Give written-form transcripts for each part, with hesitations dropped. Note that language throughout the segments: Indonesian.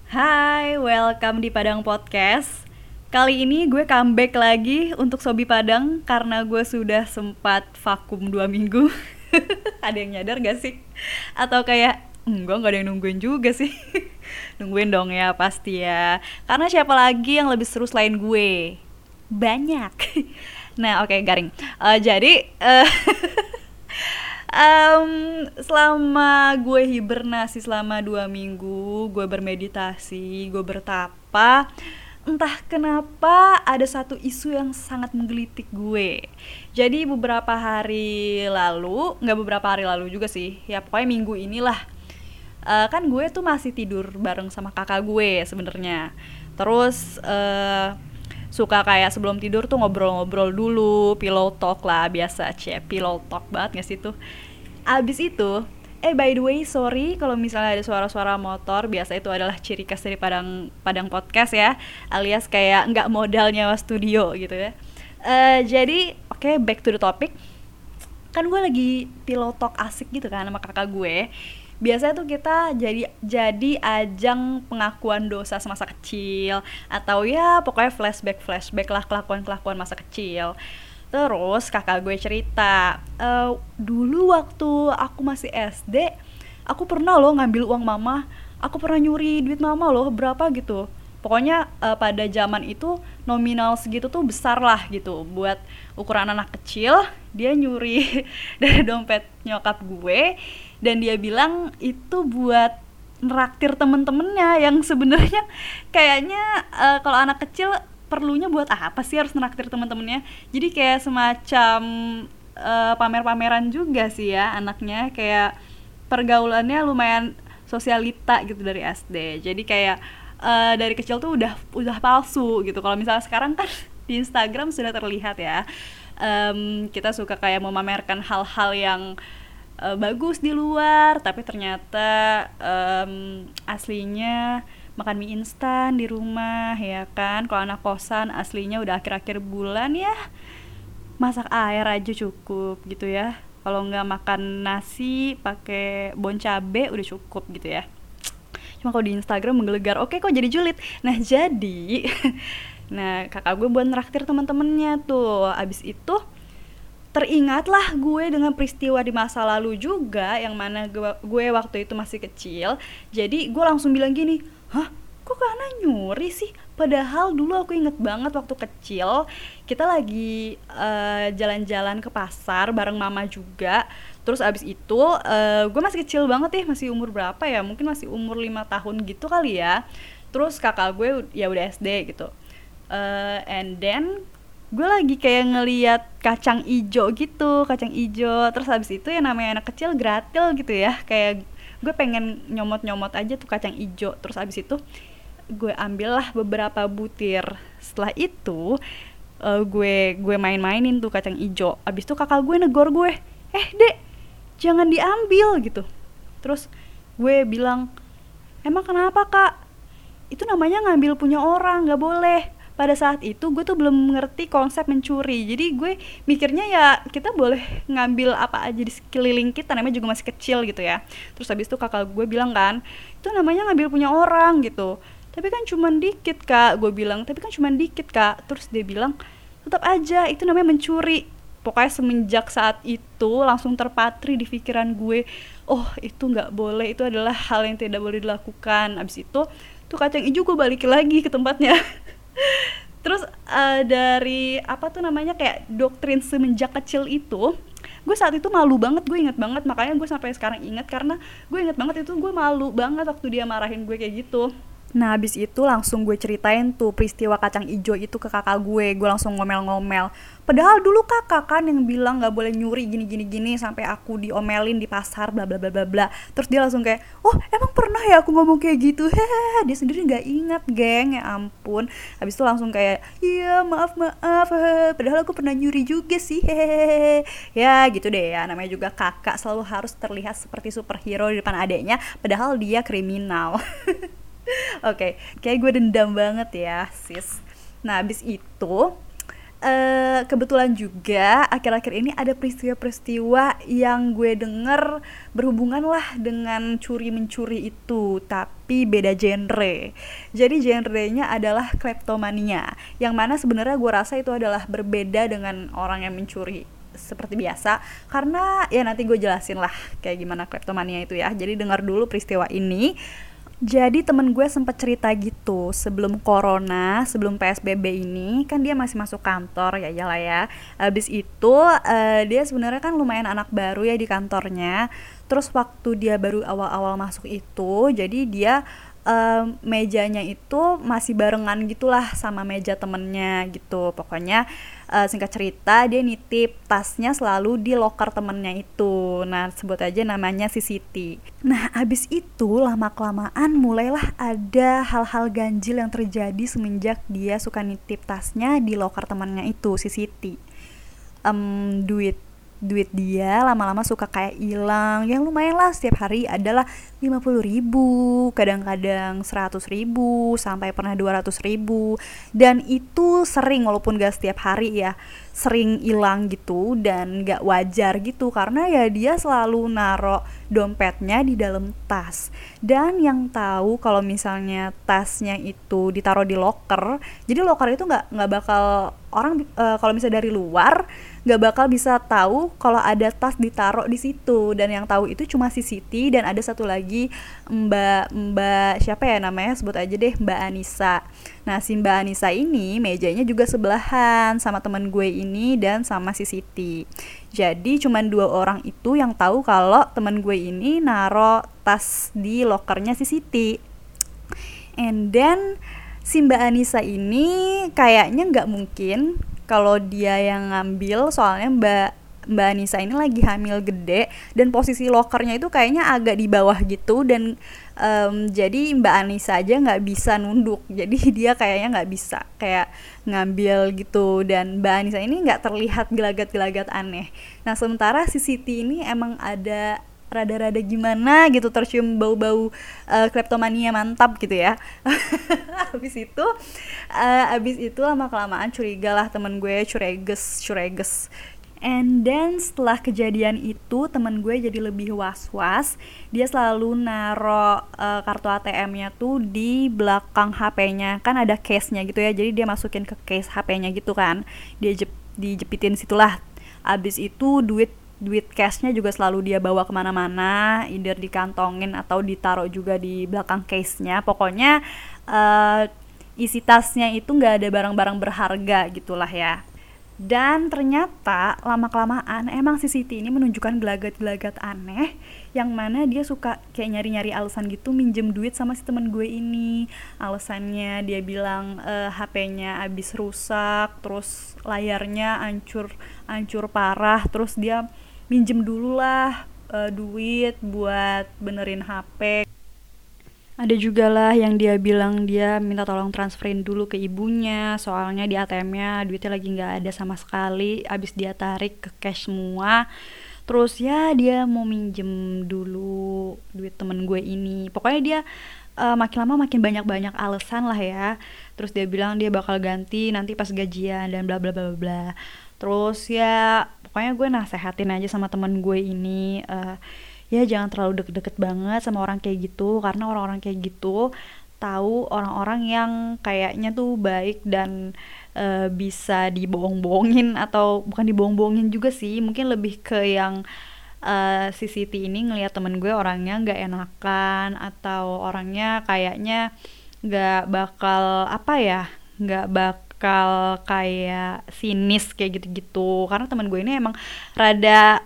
Hai, welcome di Padang Podcast. Kali ini gue comeback lagi untuk Sobi Padang karena gue sudah sempat vakum 2 minggu. Ada yang nyadar gak sih? Atau kayak, enggak, gak ada yang nungguin juga sih. Nungguin dong ya, pasti ya. Karena siapa lagi yang lebih seru selain gue? Banyak. Nah, oke, garing. Jadi, selama gue hibernasi selama 2 minggu, gue bermeditasi, gue bertapa. Entah kenapa ada satu isu yang sangat menggelitik gue. Jadi beberapa hari lalu, nggak beberapa hari lalu juga sih, ya pokoknya minggu inilah. Kan gue tuh masih tidur bareng sama kakak gue sebenarnya. Terus suka kayak sebelum tidur tuh ngobrol-ngobrol dulu, pillow talk lah biasa, pillow talk banget gak sih tuh. Abis itu, by the way, sorry kalau misalnya ada suara-suara motor, biasa itu adalah ciri khas dari Padang Padang Podcast ya, alias kayak nggak modal nyawa studio gitu ya. Jadi, oke, back to the topic. Kan gue lagi pillow talk asik gitu kan sama kakak gue. Biasanya tuh kita jadi ajang pengakuan dosa semasa kecil, atau ya pokoknya flashback lah kelakuan masa kecil. Terus kakak gue cerita, dulu waktu aku masih SD, aku pernah loh ngambil uang mama, aku pernah nyuri duit mama loh, berapa gitu. Pokoknya pada zaman itu nominal segitu tuh besar lah gitu buat ukuran anak kecil. Dia nyuri dari dompet nyokap gue dan dia bilang itu buat neraktir temen-temennya, yang sebenarnya kayaknya kalau anak kecil perlunya buat apa sih harus neraktir temen-temennya. Jadi kayak semacam pamer-pameran juga sih ya anaknya, kayak pergaulannya lumayan sosialita gitu dari SD. Jadi kayak dari kecil tuh udah palsu gitu. Kalau misalnya sekarang kan di Instagram sudah terlihat ya, kita suka kayak memamerkan hal-hal yang bagus di luar, tapi ternyata aslinya makan mie instan di rumah ya kan. Kalau anak kosan aslinya udah akhir-akhir bulan ya masak air aja cukup gitu ya. Kalau nggak makan nasi pakai bon cabe udah cukup gitu ya. Cuma kalau di Instagram menggelegar, oke kok jadi julid. Nah jadi nah kakak gue buat neraktir teman-temannya tuh. Abis itu teringatlah gue dengan peristiwa di masa lalu juga, yang mana gue waktu itu masih kecil. Jadi gue langsung bilang gini, hah, kok karena nyuri sih? Padahal dulu aku inget banget waktu kecil kita lagi jalan-jalan ke pasar bareng mama juga. Terus abis itu gue masih kecil banget ya, masih umur berapa ya, mungkin masih umur 5 tahun gitu kali ya. Terus kakak gue ya udah SD gitu. And then gue lagi kayak ngeliat kacang ijo gitu, kacang ijo. Terus habis itu ya namanya anak kecil gratil gitu ya, kayak gue pengen nyomot-nyomot aja tuh kacang ijo. Terus habis itu gue ambil lah beberapa butir. Setelah itu gue main-mainin tuh kacang ijo. Habis itu kakak gue negor gue, dek, jangan diambil gitu. Terus gue bilang, emang kenapa kak? Itu namanya ngambil punya orang, nggak boleh. Pada saat itu gue tuh belum mengerti konsep mencuri, jadi gue mikirnya ya kita boleh ngambil apa aja di sekeliling kita, namanya juga masih kecil gitu ya. Terus habis itu kakak gue bilang kan, itu namanya ngambil punya orang gitu. Tapi kan cuman dikit kak, gue bilang, tapi kan cuman dikit kak. Terus dia bilang, tetap aja itu namanya mencuri. Pokoknya semenjak saat itu langsung terpatri di pikiran gue, oh itu nggak boleh, itu adalah hal yang tidak boleh dilakukan. Abis itu tuh kacang hijau gue balikin lagi ke tempatnya. Terus dari apa tuh namanya, kayak doktrin semenjak kecil itu, gue saat itu malu banget, gue inget banget, makanya gue sampai sekarang inget, karena gue inget banget itu gue malu banget waktu dia marahin gue kayak gitu. Nah abis itu langsung gue ceritain tuh peristiwa kacang ijo itu ke kakak gue langsung ngomel-ngomel. Padahal dulu kakak kan yang bilang nggak boleh nyuri gini sampai aku diomelin di pasar bla bla bla bla bla. Terus dia langsung kayak, oh emang pernah ya aku ngomong kayak gitu, hehehe. Dia sendiri nggak ingat geng, ya ampun. Abis itu langsung kayak, iya maaf hehehe. Padahal aku pernah nyuri juga sih, hehehe. Ya gitu deh ya, namanya juga kakak selalu harus terlihat seperti superhero di depan adeknya, padahal dia kriminal. Oke, kayak gue dendam banget ya sis. Nah abis itu Kebetulan juga akhir-akhir ini ada peristiwa-peristiwa yang gue denger berhubungan lah dengan curi-mencuri itu, tapi beda genre. Jadi genrenya adalah kleptomania, yang mana sebenarnya gue rasa itu adalah berbeda dengan orang yang mencuri seperti biasa, karena ya nanti gue jelasin lah kayak gimana kleptomania itu ya. Jadi dengar dulu peristiwa ini. Jadi temen gue sempet cerita gitu, sebelum corona, sebelum PSBB ini kan dia masih masuk kantor ya lah ya. Abis itu dia sebenarnya kan lumayan anak baru ya di kantornya. Terus waktu dia baru awal-awal masuk itu, jadi dia mejanya itu masih barengan gitulah sama meja temennya gitu. Pokoknya singkat cerita dia nitip tasnya selalu di loker temennya itu. Nah sebut aja namanya si Siti. Nah abis itu lama-kelamaan mulailah ada hal-hal ganjil yang terjadi semenjak dia suka nitip tasnya di loker temennya itu, si Siti. Duit dia lama-lama suka kayak hilang, yang lumayan lah, setiap hari adalah 50.000, kadang-kadang 100.000, sampai pernah 200.000. Dan itu sering, walaupun gak setiap hari ya, sering hilang gitu. Dan gak wajar gitu, karena ya dia selalu naro dompetnya di dalam tas. Dan yang tahu kalau misalnya tasnya itu ditaruh di loker, jadi loker itu nggak bakal orang kalau misalnya dari luar nggak bakal bisa tahu kalau ada tas ditaruh di situ. Dan yang tahu itu cuma si Siti dan ada satu lagi mbak siapa ya namanya, sebut aja deh Mbak Anissa. Nah si Mbak Anissa ini mejanya juga sebelahan sama teman gue ini dan sama si Siti. Jadi cuma 2 orang itu yang tahu kalau teman gue ini naro tas di lokernya si Siti. And then si Mbak Anissa ini kayaknya nggak mungkin kalau dia yang ngambil, soalnya Mbak Anissa ini lagi hamil gede dan posisi lokernya itu kayaknya agak di bawah gitu. Dan jadi Mbak Anissa aja nggak bisa nunduk, jadi dia kayaknya nggak bisa kayak ngambil gitu. Dan Mbak Anissa ini nggak terlihat gelagat-gelagat aneh. Nah sementara si Siti ini emang ada rada-rada gimana gitu, tercium bau-bau kleptomania mantap gitu ya. Abis itu lama-kelamaan curiga lah temen gue, cureges. And then setelah kejadian itu temen gue jadi lebih was-was. Dia selalu naro kartu ATM-nya tuh di belakang HP-nya, kan ada case-nya gitu ya, jadi dia masukin ke case HP-nya gitu kan, dia dijepitin situlah. Abis itu duit cashnya juga selalu dia bawa kemana-mana, either dikantongin atau ditaruh juga di belakang case-nya. Pokoknya isi tasnya itu nggak ada barang-barang berharga gitulah ya. Dan ternyata lama-kelamaan emang si Siti ini menunjukkan gelagat-gelagat aneh, yang mana dia suka kayak nyari-nyari alasan gitu minjem duit sama si temen gue ini. Alasannya dia bilang HP-nya abis rusak, terus layarnya hancur parah, terus dia minjem dulu lah duit buat benerin HP. Ada juga lah yang dia bilang dia minta tolong transferin dulu ke ibunya, soalnya di ATM-nya duitnya lagi nggak ada sama sekali, abis dia tarik ke cash semua. Terus ya dia mau minjem dulu duit temen gue ini. Pokoknya dia makin lama makin banyak alasan lah ya. Terus dia bilang dia bakal ganti nanti pas gajian dan bla bla bla bla. Terus ya pokoknya gue nasehatin aja sama temen gue ini, ya jangan terlalu deket-deket banget sama orang kayak gitu, karena orang-orang kayak gitu tahu orang-orang yang kayaknya tuh baik dan bisa dibohong-bohongin, atau bukan dibohong-bohongin juga sih, mungkin lebih ke yang si Siti ini ngelihat temen gue orangnya nggak enakan, atau orangnya kayaknya nggak bakal kayak sinis kayak gitu-gitu, karena temen gue ini emang rada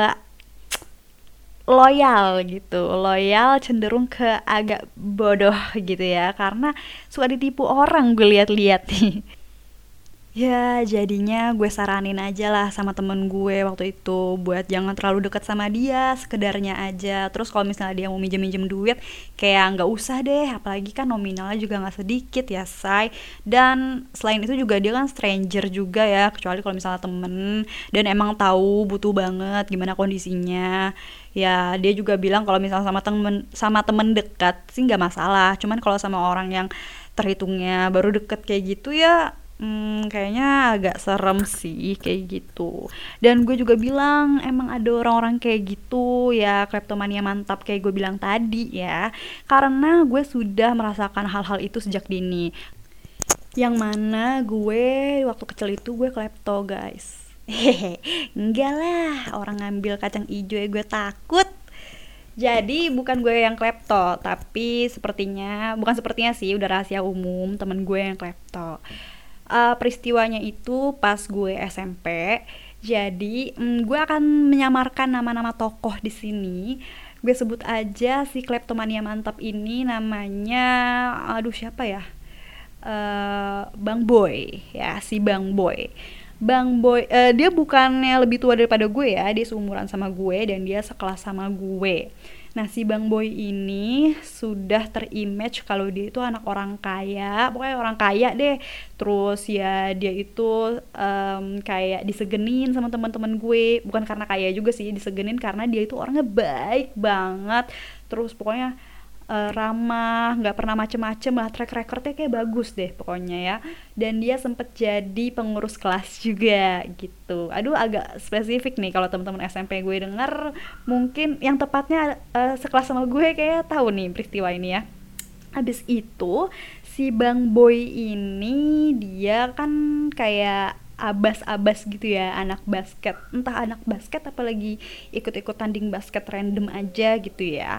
loyal, cenderung ke agak bodoh gitu ya, karena suka ditipu orang gue lihat-lihat nih. Ya jadinya gue saranin aja lah sama temen gue waktu itu buat jangan terlalu dekat sama dia, sekedarnya aja. Terus kalau misalnya dia mau minjem duit, kayak nggak usah deh, apalagi kan nominalnya juga nggak sedikit ya say. Dan selain itu juga dia kan stranger juga ya, kecuali kalau misalnya temen dan emang tahu butuh banget gimana kondisinya. Ya dia juga bilang kalau misalnya sama temen dekat sih nggak masalah, cuman kalau sama orang yang terhitungnya baru deket kayak gitu ya Kayaknya agak serem sih kayak gitu. Dan gue juga bilang emang ada orang-orang kayak gitu ya, kleptomania mantap kayak gue bilang tadi ya. Karena gue sudah merasakan hal-hal itu sejak dini. Yang mana gue waktu kecil itu gue klepto guys. Hehehe, enggak lah, orang ngambil kacang ijo ya gue takut. Jadi bukan gue yang klepto, tapi bukan sepertinya sih, udah rahasia umum temen gue yang klepto. Peristiwanya itu pas gue SMP. Jadi gue akan menyamarkan nama-nama tokoh di sini. Gue sebut aja si kleptomania mantap ini namanya, aduh siapa ya? Bang Boy ya, si Bang Boy. Bang Boy, dia bukannya lebih tua daripada gue ya, dia seumuran sama gue dan dia sekelas sama gue. Nah, si Bang Boy ini sudah terimage kalau dia itu anak orang kaya, pokoknya orang kaya deh. Terus ya dia itu kayak disegenin sama teman-teman gue, bukan karena kaya juga sih, disegenin karena dia itu orangnya baik banget. Terus pokoknya ramah, nggak pernah macem-macem lah, track recordnya kayak bagus deh pokoknya ya. Dan dia sempet jadi pengurus kelas juga gitu. Aduh agak spesifik nih kalau teman-teman SMP gue denger, mungkin yang tepatnya sekelas sama gue kayak tahu nih peristiwa ini ya. Habis itu si Bang Boy ini dia kan kayak abas-abas gitu ya, anak basket, entah anak basket apalagi ikut-ikut tanding basket random aja gitu ya.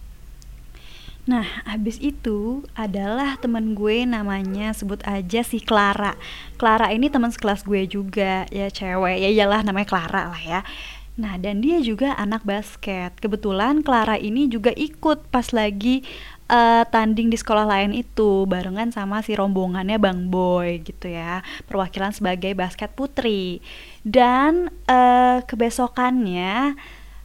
Nah, abis itu adalah temen gue namanya sebut aja si Clara. Clara ini teman sekelas gue juga, ya cewek, ya iyalah namanya Clara lah ya. Nah, dan dia juga anak basket. Kebetulan Clara ini juga ikut pas lagi tanding di sekolah lain itu barengan sama si rombongannya Bang Boy gitu ya. Perwakilan sebagai basket putri. Dan kebesokannya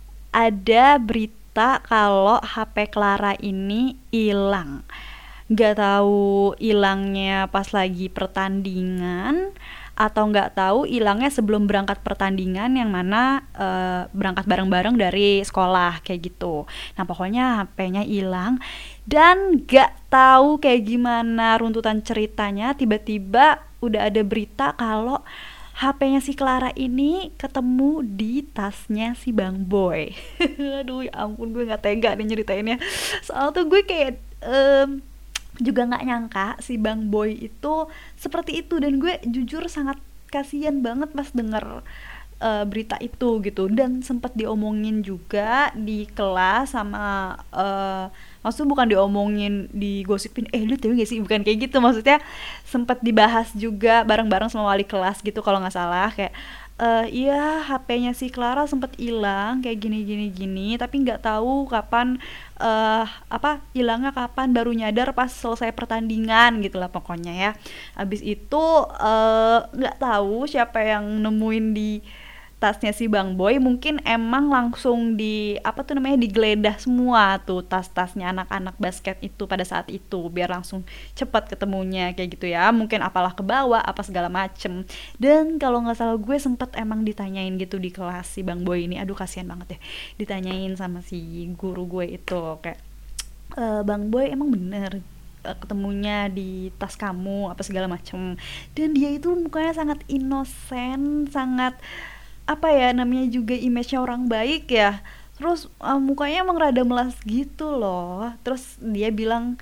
ada berita kalau HP Clara ini hilang. Nggak tahu hilangnya pas lagi pertandingan atau nggak tahu hilangnya sebelum berangkat pertandingan yang mana berangkat bareng-bareng dari sekolah kayak gitu. Nah pokoknya HP-nya hilang dan nggak tahu kayak gimana runtutan ceritanya tiba-tiba udah ada berita kalau HP-nya si Clara ini ketemu di tasnya si Bang Boy. Aduh ya ampun gue nggak tega nih nyeritainnya. Soal tuh gue kayak juga nggak nyangka si Bang Boy itu seperti itu dan gue jujur sangat kasihan banget pas denger berita itu gitu dan sempat diomongin juga di kelas sama maksudnya bukan diomongin digosipin lu tahu gak sih bukan kayak gitu maksudnya sempat dibahas juga bareng-bareng sama wali kelas gitu kalau nggak salah kayak iya HP-nya si Clara sempat hilang kayak gini gini gini tapi nggak tahu kapan apa hilangnya kapan baru nyadar pas selesai pertandingan gitulah pokoknya ya. Abis itu nggak tahu siapa yang nemuin di tasnya si Bang Boy mungkin emang langsung di apa tuh namanya digeledah semua tuh tas-tasnya anak-anak basket itu pada saat itu biar langsung cepat ketemunya kayak gitu ya mungkin apalah kebawa apa segala macem dan kalau nggak salah gue sempet emang ditanyain gitu di kelas si Bang Boy ini aduh kasihan banget ya ditanyain sama si guru gue itu kayak Bang Boy emang bener ketemunya di tas kamu apa segala macem dan dia itu mukanya sangat inosen sangat apa ya namanya juga image-nya orang baik ya terus mukanya emang rada melas gitu loh terus dia bilang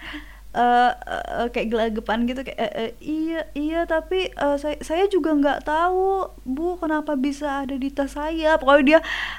kayak gelagapan gitu kayak iya iya tapi saya juga nggak tahu bu kenapa bisa ada di tas saya pokoknya dia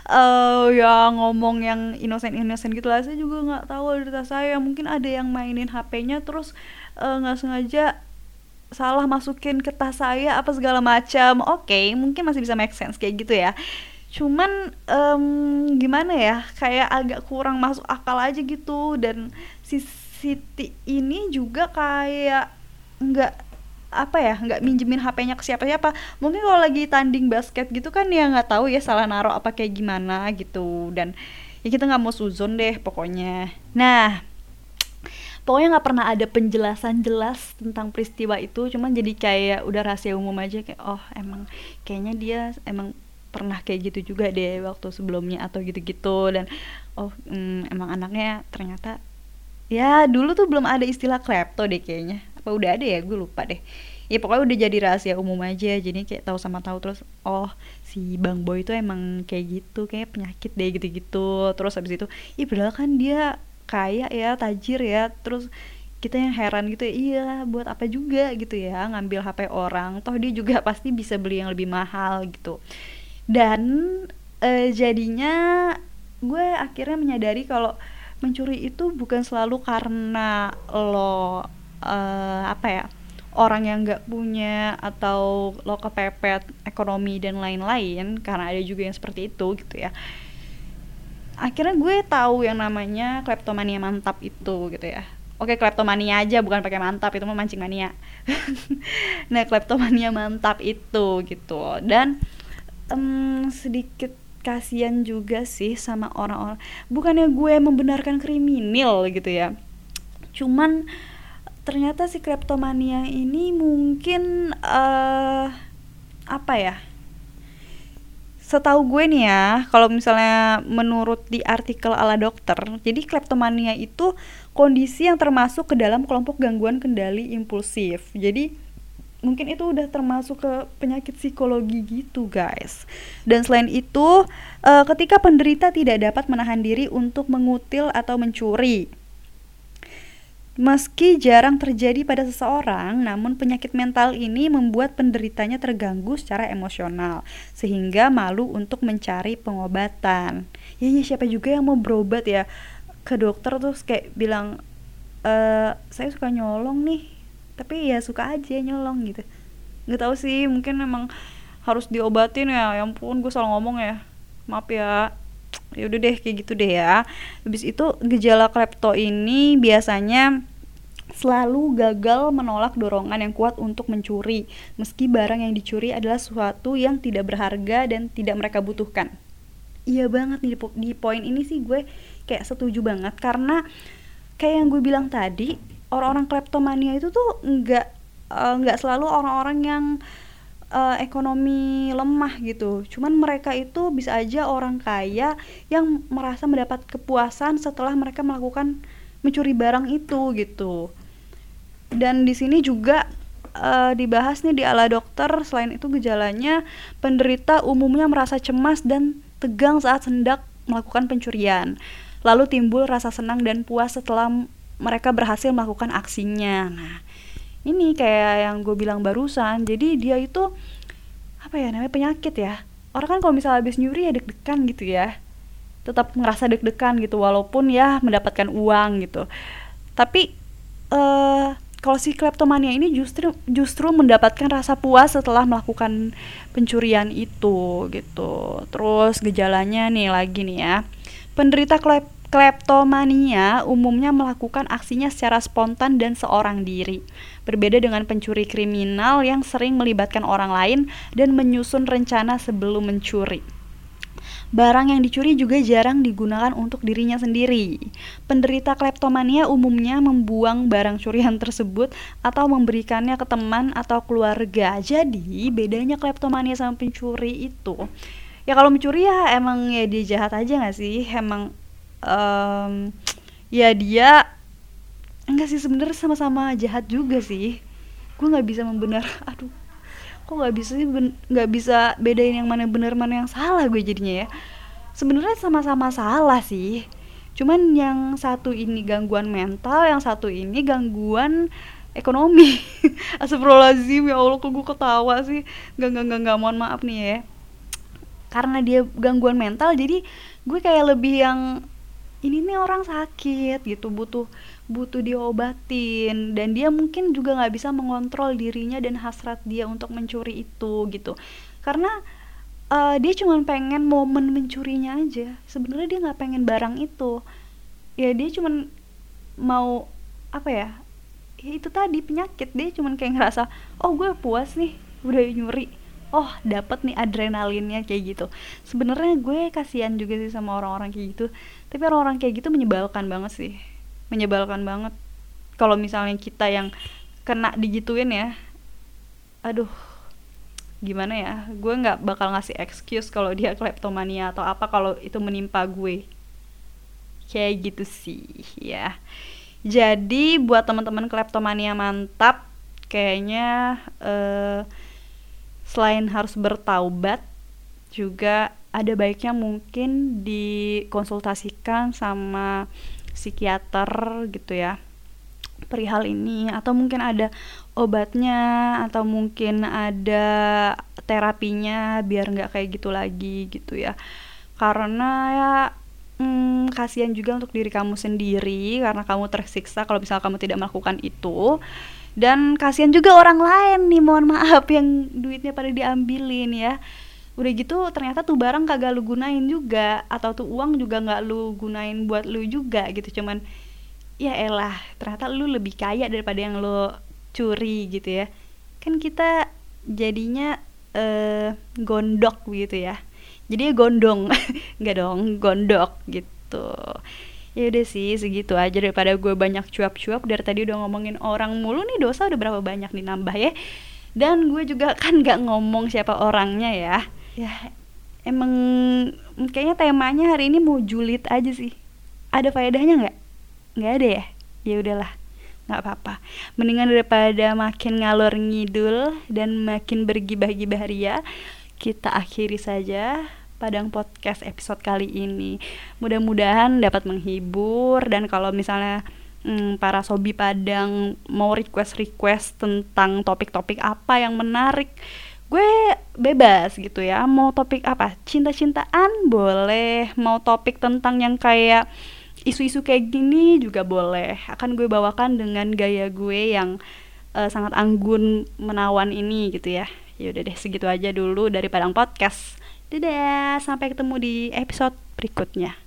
ya ngomong yang inosen gitu lah saya juga nggak tahu ada di tas saya mungkin ada yang mainin HP-nya terus nggak sengaja salah masukin ke tas saya apa segala macam oke, mungkin masih bisa make sense kayak gitu ya cuman gimana ya kayak agak kurang masuk akal aja gitu dan si Siti ini juga kayak nggak apa ya nggak minjemin HP-nya ke siapa-siapa mungkin kalau lagi tanding basket gitu kan ya nggak tahu ya salah naruh apa kayak gimana gitu dan ya kita nggak mau suzon deh pokoknya nah pokoknya nggak pernah ada penjelasan jelas tentang peristiwa itu cuman jadi kayak udah rahasia umum aja kayak oh emang kayaknya dia emang pernah kayak gitu juga deh waktu sebelumnya atau gitu-gitu dan oh emang anaknya ternyata ya dulu tuh belum ada istilah klepto deh kayaknya apa udah ada ya gue lupa deh Ya pokoknya udah jadi rahasia umum aja, jadi kayak tahu sama tahu. Terus oh, si Bang Boy itu emang kayak gitu, kayak penyakit deh gitu-gitu. Terus habis itu, ih padahal kan dia kaya ya, tajir ya. Terus kita yang heran gitu ya, iya buat apa juga gitu ya ngambil HP orang, toh dia juga pasti bisa beli yang lebih mahal gitu. Dan jadinya gue akhirnya menyadari kalau mencuri itu bukan selalu karena lo apa ya, orang yang nggak punya atau lo kepepet ekonomi dan lain-lain, karena ada juga yang seperti itu gitu ya. Akhirnya gue tahu yang namanya kleptomania mantap itu gitu ya. Oke, kleptomania aja, bukan pakai mantap, itu mah mancing mania. Nah, kleptomania mantap itu gitu. Dan sedikit kasihan juga sih sama orang-orang. Bukannya gue membenarkan kriminal gitu ya. Cuman ternyata si kleptomania ini mungkin apa ya? Setahu gue nih ya, kalau misalnya menurut di artikel ala dokter, jadi kleptomania itu kondisi yang termasuk ke dalam kelompok gangguan kendali impulsif. Jadi mungkin itu udah termasuk ke penyakit psikologi gitu guys. Dan selain itu, ketika penderita tidak dapat menahan diri untuk mengutil atau mencuri. Meski jarang terjadi pada seseorang, namun penyakit mental ini membuat penderitanya terganggu secara emosional, sehingga malu untuk mencari pengobatan. Ya, siapa juga yang mau berobat ya ke dokter terus kayak bilang, saya suka nyolong nih, tapi ya suka aja nyolong gitu. Nggak tahu sih, mungkin emang harus diobatin ya. Ya ampun, gue salah ngomong ya. Maaf ya. Ya udah deh, kayak gitu deh ya. Habis itu gejala klepto ini biasanya selalu gagal menolak dorongan yang kuat untuk mencuri, meski barang yang dicuri adalah sesuatu yang tidak berharga dan tidak mereka butuhkan. Iya banget nih, di poin ini sih gue kayak setuju banget, karena kayak yang gue bilang tadi, orang-orang kleptomania itu tuh nggak selalu orang-orang yang ekonomi lemah gitu. Cuman mereka itu bisa aja orang kaya yang merasa mendapat kepuasan setelah mereka melakukan mencuri barang itu gitu. Dan di sini juga dibahas nih di ala dokter, selain itu gejalanya, penderita umumnya merasa cemas dan tegang saat hendak melakukan pencurian. Lalu timbul rasa senang dan puas setelah mereka berhasil melakukan aksinya. Nah, ini kayak yang gue bilang barusan, jadi dia itu apa ya namanya, penyakit ya. Orang kan kalau misalnya habis nyuri ya deg-degan gitu ya, tetap ngerasa deg-degan gitu walaupun ya mendapatkan uang gitu. Tapi kalau si kleptomania ini justru mendapatkan rasa puas setelah melakukan pencurian itu gitu. Terus gejalanya nih lagi nih ya, penderita kleptomania umumnya melakukan aksinya secara spontan dan seorang diri. Berbeda dengan pencuri kriminal yang sering melibatkan orang lain dan menyusun rencana sebelum mencuri. Barang yang dicuri juga jarang digunakan untuk dirinya sendiri. Penderita kleptomania umumnya membuang barang curian tersebut atau memberikannya ke teman atau keluarga. Jadi bedanya kleptomania sama pencuri itu, ya kalau mencuri ya emang ya dia jahat aja gak sih, emang ya dia enggak sih, sebenarnya sama-sama jahat juga sih. Gue nggak bisa aduh, kok nggak bisa sih, nggak bisa bedain yang mana benar mana yang salah gue jadinya ya. Sebenarnya sama-sama salah sih, cuman yang satu ini gangguan mental, yang satu ini gangguan ekonomi. Astagfirullahaladzim, ya Allah kok gue ketawa sih. Gak, mohon maaf nih ya, karena dia gangguan mental jadi gue kayak lebih yang ini nih orang sakit gitu, butuh diobatin, dan dia mungkin juga nggak bisa mengontrol dirinya dan hasrat dia untuk mencuri itu gitu, karena dia cuma pengen momen mencurinya aja. Sebenarnya dia nggak pengen barang itu, ya dia cuma mau apa ya, ya itu tadi penyakit, dia cuma kayak ngerasa oh gue puas nih udah nyuri, oh dapat nih adrenalinnya kayak gitu. Sebenarnya gue kasihan juga sih sama orang-orang kayak gitu, tapi orang-orang kayak gitu menyebalkan banget sih, menyebalkan banget. Kalau misalnya kita yang kena digituin ya, aduh gimana ya, gue nggak bakal ngasih excuse kalau dia kleptomania atau apa kalau itu menimpa gue, kayak gitu sih ya. Jadi buat teman-teman kleptomania mantap, kayaknya selain harus bertaubat, juga ada baiknya mungkin dikonsultasikan sama psikiater gitu ya perihal ini, atau mungkin ada obatnya, atau mungkin ada terapinya biar nggak kayak gitu lagi gitu ya. Karena ya kasihan juga untuk diri kamu sendiri karena kamu tersiksa kalau misalnya kamu tidak melakukan itu, dan kasihan juga orang lain nih, mohon maaf, yang duitnya pada diambilin ya. Udah gitu ternyata tuh barang kagak lu gunain juga, atau tuh uang juga nggak lu gunain buat lu juga gitu, cuman ya elah ternyata lu lebih kaya daripada yang lu curi gitu ya. Kan kita jadinya gondok gitu ya, jadi gondong nggak dong, gondok gitu. Ya udah sih segitu aja, daripada gue banyak cuap-cuap dari tadi udah ngomongin orang mulu nih, dosa udah berapa banyak nih nambah ya. Dan gue juga kan nggak ngomong siapa orangnya ya. Ya emang kayaknya temanya hari ini mau julid aja sih. Ada faedahnya nggak ada ya. Ya udahlah, nggak apa-apa, mendingan daripada makin ngalor ngidul dan makin bergibah-gibah ria, kita akhiri saja Padang Podcast episode kali ini. Mudah-mudahan dapat menghibur, dan kalau misalnya para sobi Padang mau request tentang topik-topik apa yang menarik, gue bebas gitu ya. Mau topik apa, cinta-cintaan boleh, mau topik tentang yang kayak isu-isu kayak gini juga boleh. Akan gue bawakan dengan gaya gue yang sangat anggun menawan ini gitu ya. Ya udah deh, segitu aja dulu dari Padang Podcast. Dadah, sampai ketemu di episode berikutnya.